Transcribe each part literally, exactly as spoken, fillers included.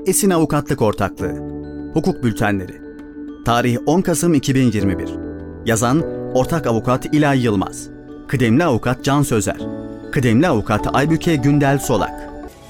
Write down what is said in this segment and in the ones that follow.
Esin Avukatlık Ortaklığı. Hukuk Bültenleri. Tarih on Kasım iki bin yirmi bir. Yazan Ortak Avukat İlay Yılmaz. Kıdemli Avukat Can Sözer. Kıdemli Avukat Aybüke Gündel Solak.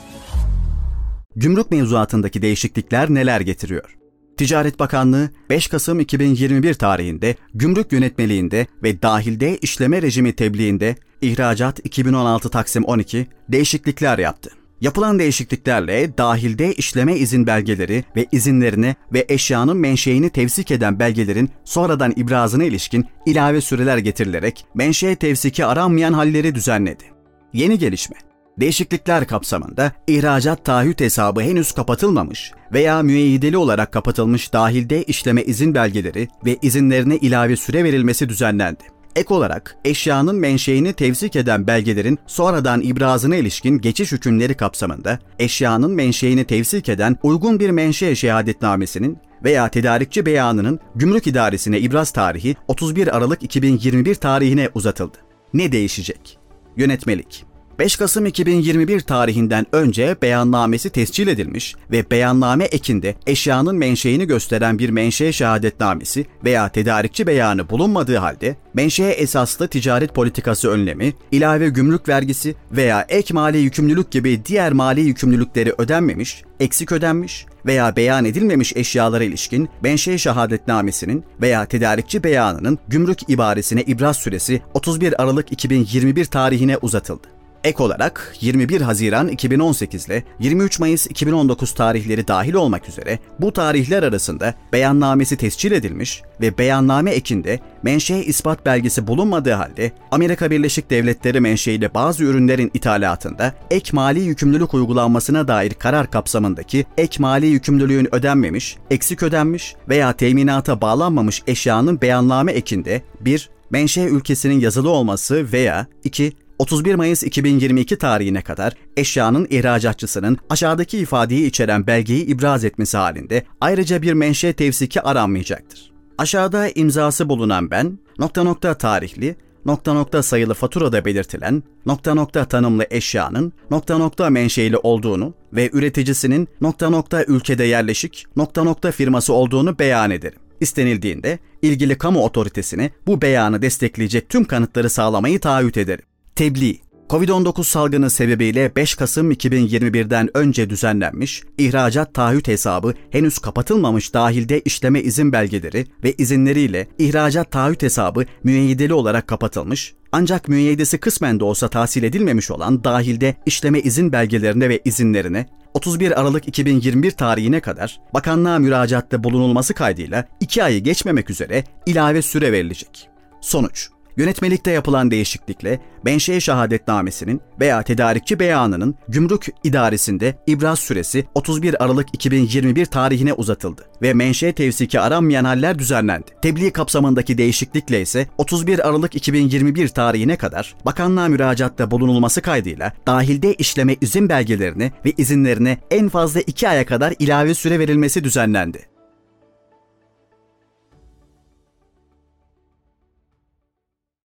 Gümrük mevzuatındaki değişiklikler neler getiriyor? Ticaret Bakanlığı beş Kasım iki bin yirmi bir tarihinde gümrük yönetmeliğinde ve dahilde işleme rejimi tebliğinde ihracat iki bin on altı Taksim on iki değişiklikler yaptı. Yapılan değişikliklerle dahilde işleme izin belgeleri ve izinlerine ve eşyanın menşeini tevsik eden belgelerin sonradan ibrazına ilişkin ilave süreler getirilerek menşe tevsiki aranmayan halleri düzenledi. Yeni gelişme. Değişiklikler kapsamında ihracat taahhüt hesabı henüz kapatılmamış veya müeyyideli olarak kapatılmış dahilde işleme izin belgeleri ve izinlerine ilave süre verilmesi düzenlendi. Ek olarak eşyanın menşeini tevsik eden belgelerin sonradan ibrazına ilişkin geçiş hükümleri kapsamında eşyanın menşeini tevsik eden uygun bir menşe şehadetnamesinin veya tedarikçi beyanının gümrük idaresine ibraz tarihi otuz bir Aralık iki bin yirmi bir tarihine uzatıldı. Ne değişecek? Yönetmelik. beş Kasım iki bin yirmi bir tarihinden önce beyannamesi tescil edilmiş ve beyanname ekinde eşyanın menşeini gösteren bir menşe şehadetnamesi veya tedarikçi beyanı bulunmadığı halde menşe esaslı ticaret politikası önlemi, ilave gümrük vergisi veya ek mali yükümlülük gibi diğer mali yükümlülükleri ödenmemiş, eksik ödenmiş veya beyan edilmemiş eşyalara ilişkin menşe şehadetnamesinin veya tedarikçi beyanının gümrük ibaresine ibraz süresi otuz bir Aralık iki bin yirmi bir tarihine uzatıldı. Ek olarak yirmi bir Haziran iki bin on sekiz ile yirmi üç Mayıs iki bin on dokuz tarihleri dahil olmak üzere bu tarihler arasında beyannamesi tescil edilmiş ve beyanname ekinde menşe ispat belgesi bulunmadığı halde Amerika Birleşik Devletleri menşeili bazı ürünlerin ithalatında ek mali yükümlülük uygulanmasına dair karar kapsamındaki ek mali yükümlülüğün ödenmemiş, eksik ödenmiş veya teminata bağlanmamış eşyanın beyanname ekinde bir menşe ülkesinin yazılı olması veya iki otuz bir Mayıs iki bin yirmi iki tarihine kadar eşyanın ihracatçısının aşağıdaki ifadeyi içeren belgeyi ibraz etmesi halinde ayrıca bir menşe tevsiki aranmayacaktır. Aşağıda imzası bulunan ben, nokta nokta tarihli, nokta nokta sayılı faturada belirtilen, nokta nokta tanımlı eşyanın, nokta nokta menşeili olduğunu ve üreticisinin nokta nokta ülkede yerleşik, nokta nokta firması olduğunu beyan ederim. İstenildiğinde ilgili kamu otoritesine bu beyanı destekleyecek tüm kanıtları sağlamayı taahhüt ederim. Tebliğ. kovid on dokuz salgını sebebiyle beş Kasım iki bin yirmi birden önce düzenlenmiş, ihracat taahhüt hesabı henüz kapatılmamış dahilde işleme izin belgeleri ve izinleriyle ihracat taahhüt hesabı müeyyideli olarak kapatılmış, ancak müeyyidesi kısmen de olsa tahsil edilmemiş olan dahilde işleme izin belgelerine ve izinlerine otuz bir Aralık iki bin yirmi bir tarihine kadar bakanlığa müracaatte bulunulması kaydıyla iki ayı geçmemek üzere ilave süre verilecek. Sonuç. Yönetmelikte yapılan değişiklikle menşe şehadetnamesinin veya tedarikçi beyanının gümrük idaresinde ibraz süresi otuz bir Aralık iki bin yirmi bir tarihine uzatıldı ve menşe tevsiki aranmayan haller düzenlendi. Tebliğ kapsamındaki değişiklikle ise otuz bir Aralık iki bin yirmi bir tarihine kadar bakanlığa müracaatta bulunulması kaydıyla dahilde işleme izin belgelerine ve izinlerine en fazla iki aya kadar ilave süre verilmesi düzenlendi.